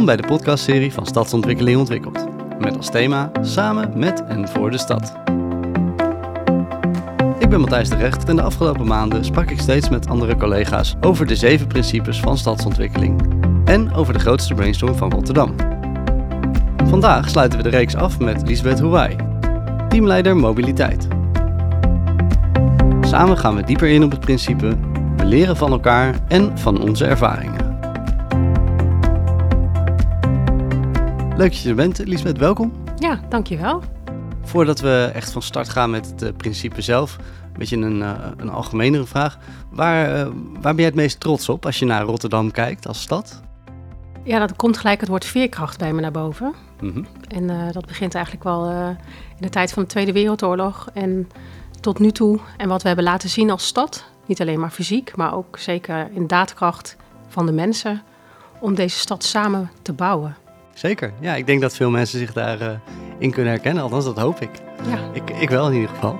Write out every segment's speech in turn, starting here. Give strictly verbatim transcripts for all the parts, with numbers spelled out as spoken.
Welkom bij de podcastserie van Stadsontwikkeling Ontwikkeld. Met als thema Samen met en voor de stad. Ik ben Matthijs de Recht en de afgelopen maanden sprak ik steeds met andere collega's over de zeven principes van stadsontwikkeling en over de grootste brainstorm van Rotterdam. Vandaag sluiten we de reeks af met Liesbeth Houwai, teamleider mobiliteit. Samen gaan we dieper in op het principe, we leren van elkaar en van onze ervaringen. Leuk dat je er bent, Liesbeth, welkom. Ja, dankjewel. Voordat we echt van start gaan met het uh, principe zelf, een beetje een, uh, een algemenere vraag. Waar, uh, waar ben jij het meest trots op als je naar Rotterdam kijkt als stad? Ja, dat komt gelijk het woord veerkracht bij me naar boven. Mm-hmm. En uh, dat begint eigenlijk wel uh, in de tijd van de Tweede Wereldoorlog en tot nu toe. En wat we hebben laten zien als stad, niet alleen maar fysiek, maar ook zeker in daadkracht van de mensen, om deze stad samen te bouwen. Zeker, ja, ik denk dat veel mensen zich daarin uh, in kunnen herkennen, althans dat hoop ik. Ja. Ik, ik wel in ieder geval.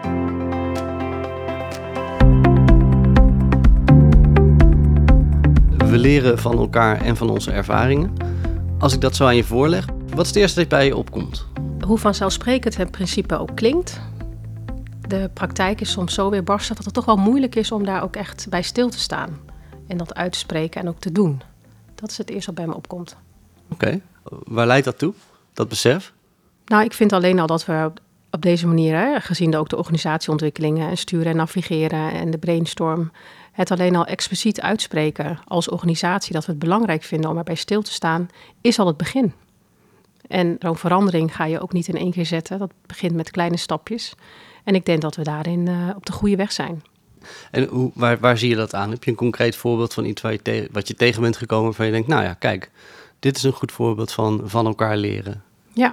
We leren van elkaar en van onze ervaringen. Als ik dat zo aan je voorleg, wat is het eerste dat bij je opkomt? Hoe vanzelfsprekend het principe ook klinkt, de praktijk is soms zo weerbarstig dat het toch wel moeilijk is om daar ook echt bij stil te staan. En dat uit te spreken en ook te doen. Dat is het eerste wat bij me opkomt. Oké, okay. Waar leidt dat toe, dat besef? Nou, ik vind alleen al dat we op deze manier, hè, gezien de, ook de organisatieontwikkelingen en sturen en navigeren en de brainstorm, het alleen al expliciet uitspreken als organisatie dat we het belangrijk vinden om erbij stil te staan, is al het begin. En zo'n verandering ga je ook niet in één keer zetten. Dat begint met kleine stapjes. En ik denk dat we daarin uh, op de goede weg zijn. En hoe, waar, waar zie je dat aan? Heb je een concreet voorbeeld van iets waar je te, wat je tegen bent gekomen waarvan je denkt, nou ja, kijk, dit is een goed voorbeeld van, van elkaar leren? Ja,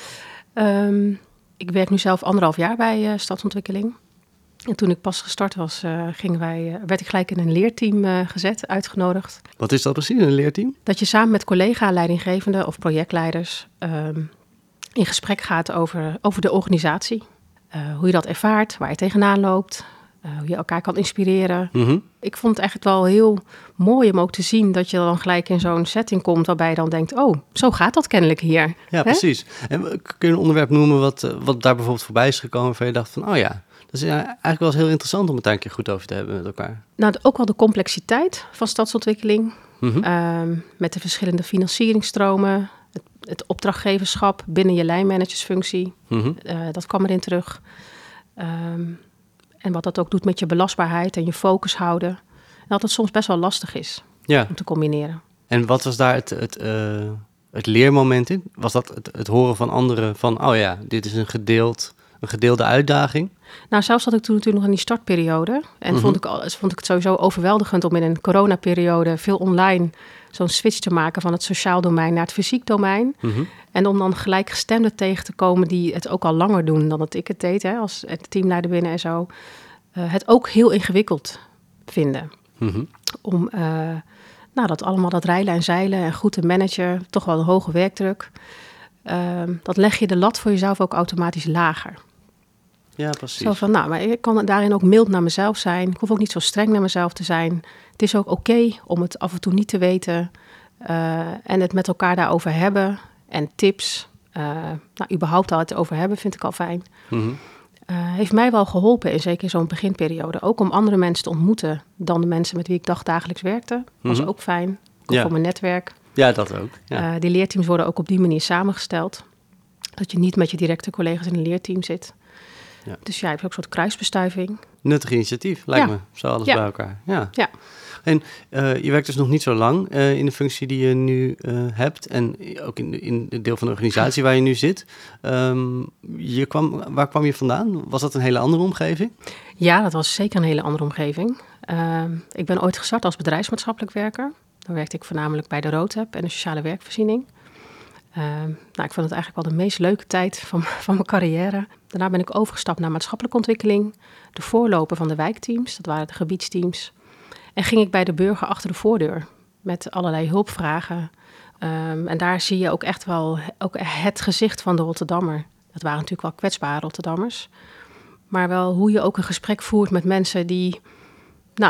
um, ik werk nu zelf anderhalf jaar bij uh, Stadsontwikkeling. En toen ik pas gestart was, uh, gingen wij, uh, werd ik gelijk in een leerteam uh, gezet, uitgenodigd. Wat is dat precies, een leerteam? Dat je samen met collega, leidinggevenden of projectleiders um, in gesprek gaat over, over de organisatie. Uh, hoe je dat ervaart, waar je tegenaan loopt, uh, hoe je elkaar kan inspireren. Mm-hmm. Ik vond het eigenlijk wel heel mooi om ook te zien dat je dan gelijk in zo'n setting komt waarbij je dan denkt, oh, zo gaat dat kennelijk hier. Ja, Hè? precies. En kun je een onderwerp noemen wat, wat daar bijvoorbeeld voorbij is gekomen waarvan je dacht van, oh ja, dat is eigenlijk wel eens heel interessant om het daar een keer goed over te hebben met elkaar. Nou, ook wel de complexiteit van stadsontwikkeling, Mm-hmm. um, met de verschillende financieringstromen, het, het opdrachtgeverschap binnen je lijnmanagersfunctie, Mm-hmm. uh, dat kwam erin terug. Um, en wat dat ook doet met je belastbaarheid en je focus houden. En dat het soms best wel lastig is Ja. om te combineren. En wat was daar het, het, uh, het leermoment in? Was dat het, het horen van anderen van, oh ja, dit is een, gedeeld, een gedeelde uitdaging? Nou, zelf zat ik toen natuurlijk nog in die startperiode. En mm-hmm. vond, ik, vond ik het sowieso overweldigend om in een coronaperiode veel online zo'n switch te maken van het sociaal domein naar het fysiek domein. Mm-hmm. En om dan gelijkgestemden tegen te komen die het ook al langer doen dan dat ik het deed, hè, als het teamleider binnen en zo. Uh, het ook heel ingewikkeld vinden. Mm-hmm. Om uh, nou, dat allemaal, dat rijlen en zeilen en goed te managen, toch wel een hoge werkdruk. Uh, dat leg je de lat voor jezelf ook automatisch lager. Ja, precies. Zo van, nou, maar ik kan daarin ook mild naar mezelf zijn. Ik hoef ook niet zo streng naar mezelf te zijn. Het is ook oké okay om het af en toe niet te weten. Uh, en het met elkaar daarover hebben. En tips, uh, nou, überhaupt al het over hebben, vind ik al fijn. Mm-hmm. Uh, heeft mij wel geholpen, en zeker in zo'n beginperiode. Ook om andere mensen te ontmoeten dan de mensen met wie ik dagdagelijks werkte. Was Mm-hmm. ook fijn. Ook Ja. voor mijn netwerk. Ja, dat ook. Ja. Uh, die leerteams worden ook op die manier samengesteld. Dat je niet met je directe collega's in een leerteam zit. Ja. Dus ja, je hebt ook een soort kruisbestuiving. Nuttig initiatief, lijkt ja. me. Zo alles ja. bij elkaar. Ja. ja. En uh, je werkt dus nog niet zo lang uh, in de functie die je nu uh, hebt. En ook in, in het deel van de organisatie waar je nu zit. Um, je kwam, waar kwam je vandaan? Was dat een hele andere omgeving? Ja, dat was zeker een hele andere omgeving. Uh, ik ben ooit gestart als bedrijfsmaatschappelijk werker. Dan werkte ik voornamelijk bij de Roodheb en de sociale werkvoorziening. Uh, nou, ik vond het eigenlijk wel de meest leuke tijd van, van mijn carrière. Daarna ben ik overgestapt naar maatschappelijke ontwikkeling. De voorloper van de wijkteams, dat waren de gebiedsteams. En ging ik bij de burger achter de voordeur met allerlei hulpvragen. Um, en daar zie je ook echt wel ook het gezicht van de Rotterdammer. Dat waren natuurlijk wel kwetsbare Rotterdammers. Maar wel hoe je ook een gesprek voert met mensen die, nou,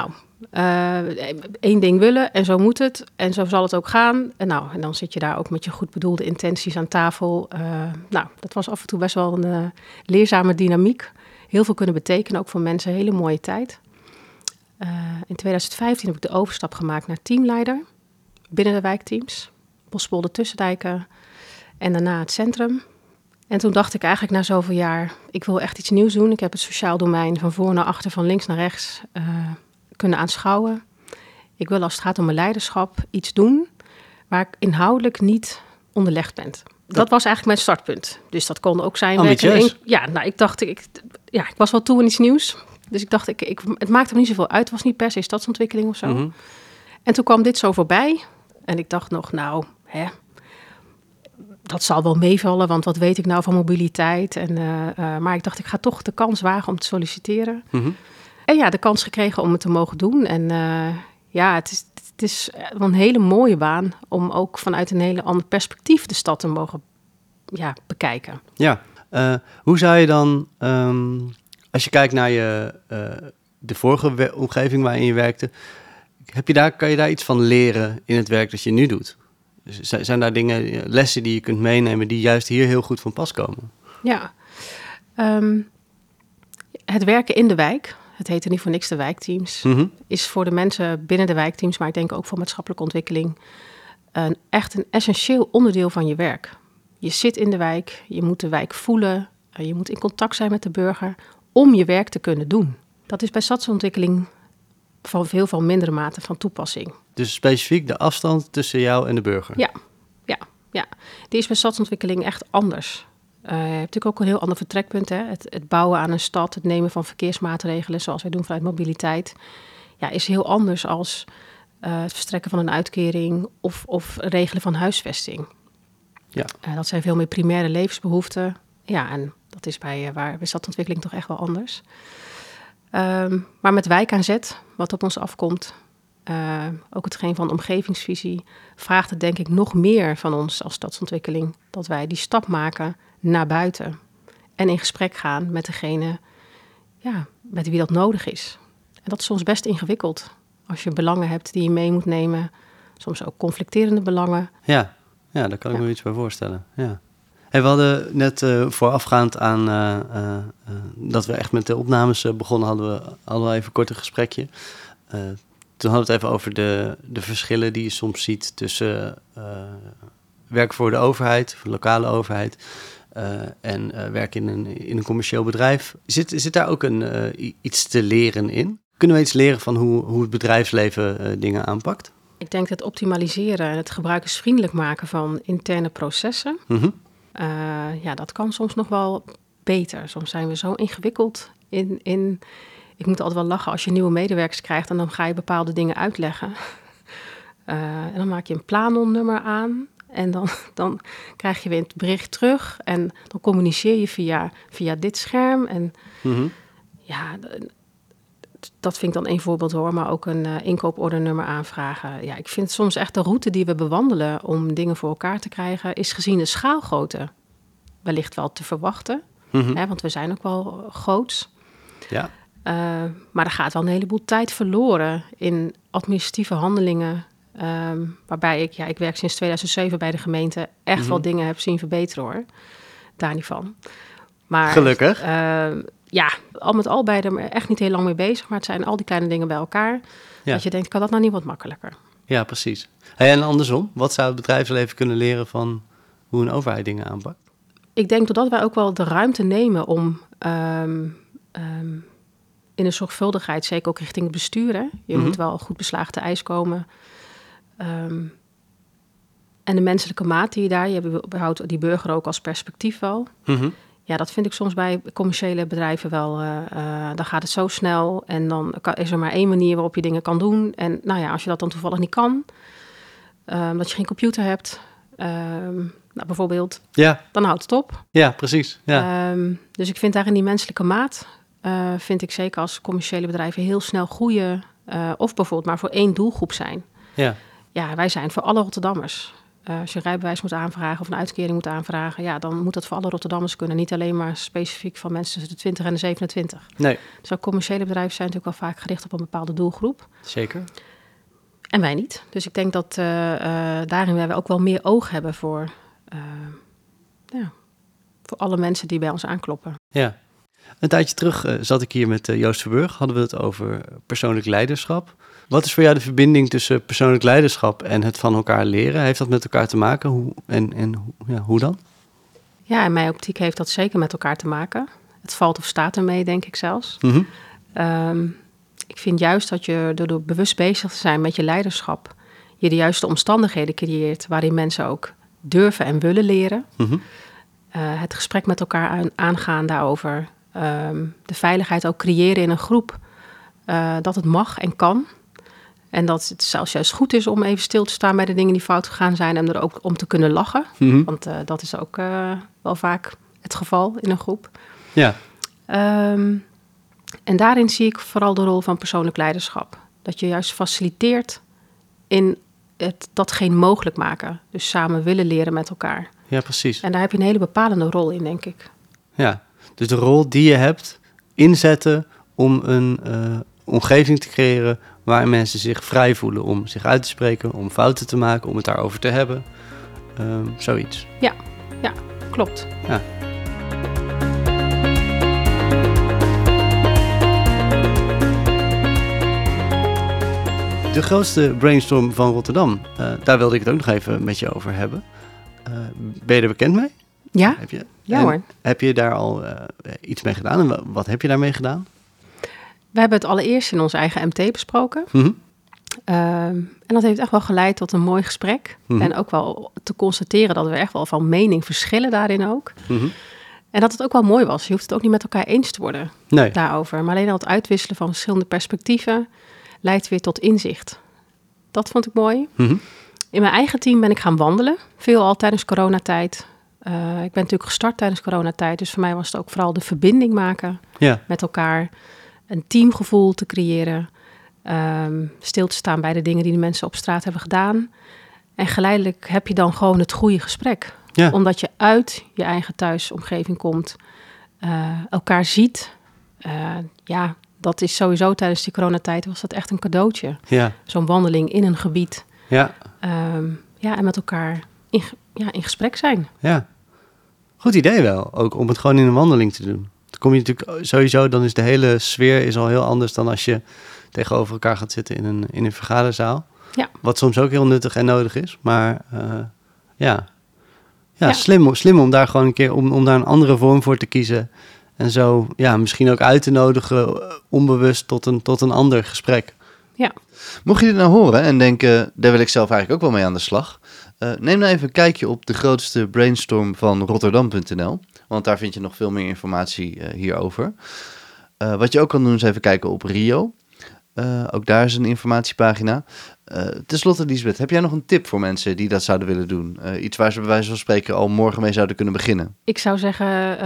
Uh, één ding willen en zo moet het en zo zal het ook gaan. En, nou, en dan zit je daar ook met je goed bedoelde intenties aan tafel. Uh, nou, dat was af en toe best wel een uh, leerzame dynamiek. Heel veel kunnen betekenen, ook voor mensen. Hele mooie tijd. Uh, in twintig vijftien heb ik de overstap gemaakt naar teamleider binnen de wijkteams. Bospolder, Tussendijken en daarna het centrum. En toen dacht ik eigenlijk na zoveel jaar, ik wil echt iets nieuws doen. Ik heb het sociaal domein van voor naar achter, van links naar rechts uh, kunnen aanschouwen. Ik wil als het gaat om mijn leiderschap iets doen waar ik inhoudelijk niet onderlegd ben. Dat, dat was eigenlijk mijn startpunt. Dus dat kon ook zijn... Ambitieus. In, ja, nou, ik dacht, ik, ja, ik was wel toe in iets nieuws. Dus ik dacht, ik, ik, het maakte me niet zoveel uit. Het was niet per se stadsontwikkeling of zo. Mm-hmm. En toen kwam dit zo voorbij. En ik dacht nog, nou, hè, dat zal wel meevallen, want wat weet ik nou van mobiliteit? En, uh, uh, maar ik dacht, ik ga toch de kans wagen om te solliciteren. Mm-hmm. En ja, de kans gekregen om het te mogen doen. En uh, ja, het is, het is een hele mooie baan om ook vanuit een hele ander perspectief de stad te mogen ja, bekijken. Ja, uh, hoe zou je dan, um, als je kijkt naar je, uh, de vorige we- omgeving waarin je werkte, heb je daar, kan je daar iets van leren in het werk dat je nu doet? Zijn daar dingen, lessen die je kunt meenemen die juist hier heel goed van pas komen? Ja, um, het werken in de wijk, het heette niet voor niks de wijkteams, mm-hmm. is voor de mensen binnen de wijkteams, maar ik denk ook voor maatschappelijke ontwikkeling, een, echt een essentieel onderdeel van je werk. Je zit in de wijk, je moet de wijk voelen, je moet in contact zijn met de burger om je werk te kunnen doen. Dat is bij stadsontwikkeling van veel van mindere mate van toepassing. Dus specifiek de afstand tussen jou en de burger? Ja, ja, ja. Die is bij stadsontwikkeling echt anders. Uh, je hebt natuurlijk ook een heel ander vertrekpunt. Hè? Het, het bouwen aan een stad, het nemen van verkeersmaatregelen, zoals wij doen vanuit mobiliteit, ja, is heel anders als uh, het verstrekken van een uitkering of, of regelen van huisvesting. Ja. Uh, dat zijn veel meer primaire levensbehoeften. Ja, en dat is bij, uh, waar, bij stadsontwikkeling toch echt wel anders. Um, maar met wijkaanzet, wat op ons afkomt, uh, ook hetgeen van omgevingsvisie, vraagt het denk ik nog meer van ons als stadsontwikkeling, dat wij die stap maken naar buiten en in gesprek gaan met degene ja, met wie dat nodig is. En dat is soms best ingewikkeld als je belangen hebt die je mee moet nemen, soms ook conflicterende belangen. Ja, ja daar kan ik ja. me iets bij voorstellen, ja. Hey, we hadden net uh, voorafgaand aan uh, uh, uh, dat we echt met de opnames uh, begonnen, hadden we, hadden we even een kort een gesprekje. Uh, toen hadden we het even over de, de verschillen die je soms ziet tussen uh, werken voor de overheid, voor de lokale overheid, uh, en uh, werken in een, in een commercieel bedrijf. Zit, zit daar ook een, uh, iets te leren in? Kunnen we iets leren van hoe, hoe het bedrijfsleven uh, dingen aanpakt? Ik denk dat het optimaliseren en het gebruikersvriendelijk maken van interne processen, mm-hmm. Uh, ja, dat kan soms nog wel beter. Soms zijn we zo ingewikkeld in, in... Ik moet altijd wel lachen als je nieuwe medewerkers krijgt en dan ga je bepaalde dingen uitleggen. Uh, en dan maak je een Planon-nummer aan en dan, dan krijg je weer het bericht terug en dan communiceer je via, via dit scherm. En mm-hmm. ja, dat vind ik dan één voorbeeld hoor, maar ook een uh, inkoopordernummer aanvragen. Ja, ik vind soms echt de route die we bewandelen om dingen voor elkaar te krijgen, is gezien de schaalgrootte wellicht wel te verwachten. Mm-hmm. Hè, want we zijn ook wel groots. Ja. Uh, maar er gaat wel een heleboel tijd verloren in administratieve handelingen. Um, waarbij ik, ja, ik werk sinds tweeduizend zeven bij de gemeente, echt mm-hmm. wel dingen heb zien verbeteren hoor. Daar niet van. Maar, gelukkig. Uh, Ja, al met al bij er echt niet heel lang mee bezig, maar het zijn al die kleine dingen bij elkaar. Ja. Dat je denkt, kan dat nou niet wat makkelijker? Ja, precies. Hey, en andersom, wat zou het bedrijfsleven kunnen leren van hoe een overheid dingen aanpakt? Ik denk dat wij ook wel de ruimte nemen om um, um, in een zorgvuldigheid, zeker ook richting het bestuur, hè? Je mm-hmm. moet wel goed beslagen te ijs komen. Um, en de menselijke maat die je daar, je behoudt die burger ook als perspectief wel. Mm-hmm. Ja, dat vind ik soms bij commerciële bedrijven wel. Uh, uh, dan gaat het zo snel en dan kan, is er maar één manier waarop je dingen kan doen. En nou ja, als je dat dan toevallig niet kan, uh, dat je geen computer hebt, uh, nou, bijvoorbeeld, ja. dan houdt het op. Ja, precies. Ja. Um, dus ik vind daarin die menselijke maat, uh, vind ik zeker als commerciële bedrijven heel snel groeien. Uh, of bijvoorbeeld maar voor één doelgroep zijn. Ja. Ja, wij zijn voor alle Rotterdammers. Uh, als je een rijbewijs moet aanvragen of een uitkering moet aanvragen, ja, dan moet dat voor alle Rotterdammers kunnen. Niet alleen maar specifiek van mensen tussen de twintig en de zevenentwintig. Nee. Dus ook commerciële bedrijven zijn natuurlijk wel vaak gericht op een bepaalde doelgroep. Zeker. En wij niet. Dus ik denk dat uh, uh, daarin wij ook wel meer oog hebben voor, uh, ja, voor alle mensen die bij ons aankloppen. Ja. Een tijdje terug uh, zat ik hier met uh, Joost Verburg. Hadden we het over persoonlijk leiderschap. Wat is voor jou de verbinding tussen persoonlijk leiderschap en het van elkaar leren? Heeft dat met elkaar te maken? Hoe, en en ja, hoe dan? Ja, in mijn optiek heeft dat zeker met elkaar te maken. Het valt of staat ermee, denk ik zelfs. Mm-hmm. Um, ik vind juist dat je door, door bewust bezig te zijn met je leiderschap, je de juiste omstandigheden creëert waarin mensen ook durven en willen leren. Mm-hmm. Uh, het gesprek met elkaar aan, aangaan daarover. Um, de veiligheid ook creëren in een groep. Uh, dat het mag en kan. En dat het zelfs juist goed is om even stil te staan bij de dingen die fout gegaan zijn en er ook om te kunnen lachen. Mm-hmm. Want uh, dat is ook uh, wel vaak het geval in een groep. Ja. Um, en daarin zie ik vooral de rol van persoonlijk leiderschap. Dat je juist faciliteert in het datgene mogelijk maken. Dus samen willen leren met elkaar. Ja, precies. En daar heb je een hele bepalende rol in, denk ik. Ja, dus de rol die je hebt inzetten om een uh, omgeving te creëren waar mensen zich vrij voelen om zich uit te spreken, om fouten te maken, om het daarover te hebben. Um, zoiets. Ja, ja, klopt. Ja. De grootste brainstorm van Rotterdam, uh, daar wilde ik het ook nog even met je over hebben. Uh, ben je er bekend mee? Ja, heb je, ja hoor. Heb je daar al uh, iets mee gedaan en wat heb je daarmee gedaan? We hebben het allereerst in onze eigen M T besproken. Mm-hmm. Uh, en dat heeft echt wel geleid tot een mooi gesprek. Mm-hmm. En ook wel te constateren dat we echt wel van mening verschillen daarin ook. Mm-hmm. En dat het ook wel mooi was. Je hoeft het ook niet met elkaar eens te worden nee. daarover. Maar alleen al het uitwisselen van verschillende perspectieven leidt weer tot inzicht. Dat vond ik mooi. Mm-hmm. In mijn eigen team ben ik gaan wandelen. Veel al tijdens coronatijd. Uh, ik ben natuurlijk gestart tijdens coronatijd. Dus voor mij was het ook vooral de verbinding maken ja. met elkaar. Een teamgevoel te creëren. Um, stil te staan bij de dingen die de mensen op straat hebben gedaan. En geleidelijk heb je dan gewoon het goede gesprek. Ja. Omdat je uit je eigen thuisomgeving komt. Uh, elkaar ziet. Uh, ja, dat is sowieso tijdens die coronatijd was dat echt een cadeautje. Ja. Zo'n wandeling in een gebied. Ja. Um, ja, en met elkaar in, ja, in gesprek zijn. Ja. Goed idee wel, ook om het gewoon in een wandeling te doen. Dan kom je natuurlijk sowieso, dan is de hele sfeer is al heel anders dan als je tegenover elkaar gaat zitten in een, in een vergaderzaal. Ja. Wat soms ook heel nuttig en nodig is. Maar uh, ja, ja, ja. Slim, slim om daar gewoon een keer, om, om daar een andere vorm voor te kiezen. En zo, ja, misschien ook uit te nodigen, uh, onbewust tot een, tot een ander gesprek. Ja. Mocht je dit nou horen en denken, daar wil ik zelf eigenlijk ook wel mee aan de slag. Uh, neem nou even een kijkje op de grootste brainstorm van Rotterdam punt n l. Want daar vind je nog veel meer informatie uh, hierover. Uh, wat je ook kan doen is even kijken op Rio. Uh, ook daar is een informatiepagina. Uh, ten slotte, Liesbeth, heb jij nog een tip voor mensen die dat zouden willen doen? Uh, iets waar ze bij wijze van spreken al morgen mee zouden kunnen beginnen? Ik zou zeggen,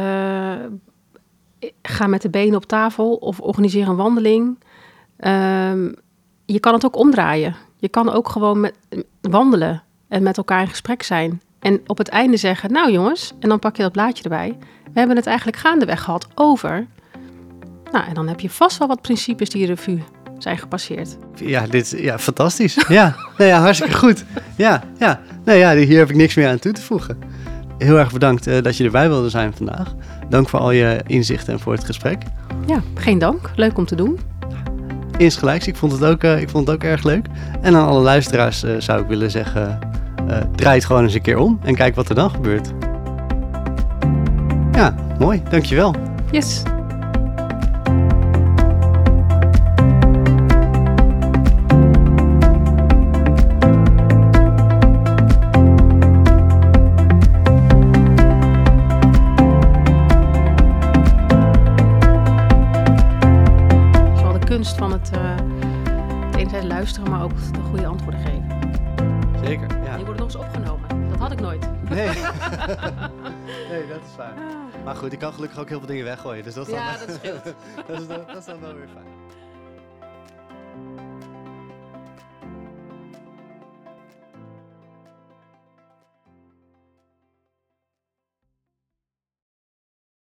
uh, ga met de benen op tafel of organiseer een wandeling. Uh, je kan het ook omdraaien. Je kan ook gewoon met, wandelen en met elkaar in gesprek zijn. En op het einde zeggen, nou jongens, en dan pak je dat blaadje erbij. We hebben het eigenlijk gaandeweg gehad over. Nou, en dan heb je vast wel wat principes die revue zijn gepasseerd. Ja, dit is ja, fantastisch. Ja, nou ja, hartstikke goed. Ja, ja. Nou ja, hier heb ik niks meer aan toe te voegen. Heel erg bedankt uh, dat je erbij wilde zijn vandaag. Dank voor al je inzichten en voor het gesprek. Ja, geen dank. Leuk om te doen. Insgelijks, ik vond het ook, uh, ik vond het ook erg leuk. En aan alle luisteraars uh, zou ik willen zeggen, uh, draai het gewoon eens een keer om en kijk wat er dan gebeurt. Ja, mooi. Dankjewel. Yes. Van het, uh, het enerzijds luisteren, maar ook de goede antwoorden geven. Zeker, ja. En die worden nog eens opgenomen. Dat had ik nooit. Nee, nee, dat is waar. Maar goed, ik kan gelukkig ook heel veel dingen weggooien. Dus dat is ja, dan... dat scheelt. dat, is dan, dat is dan wel weer fijn.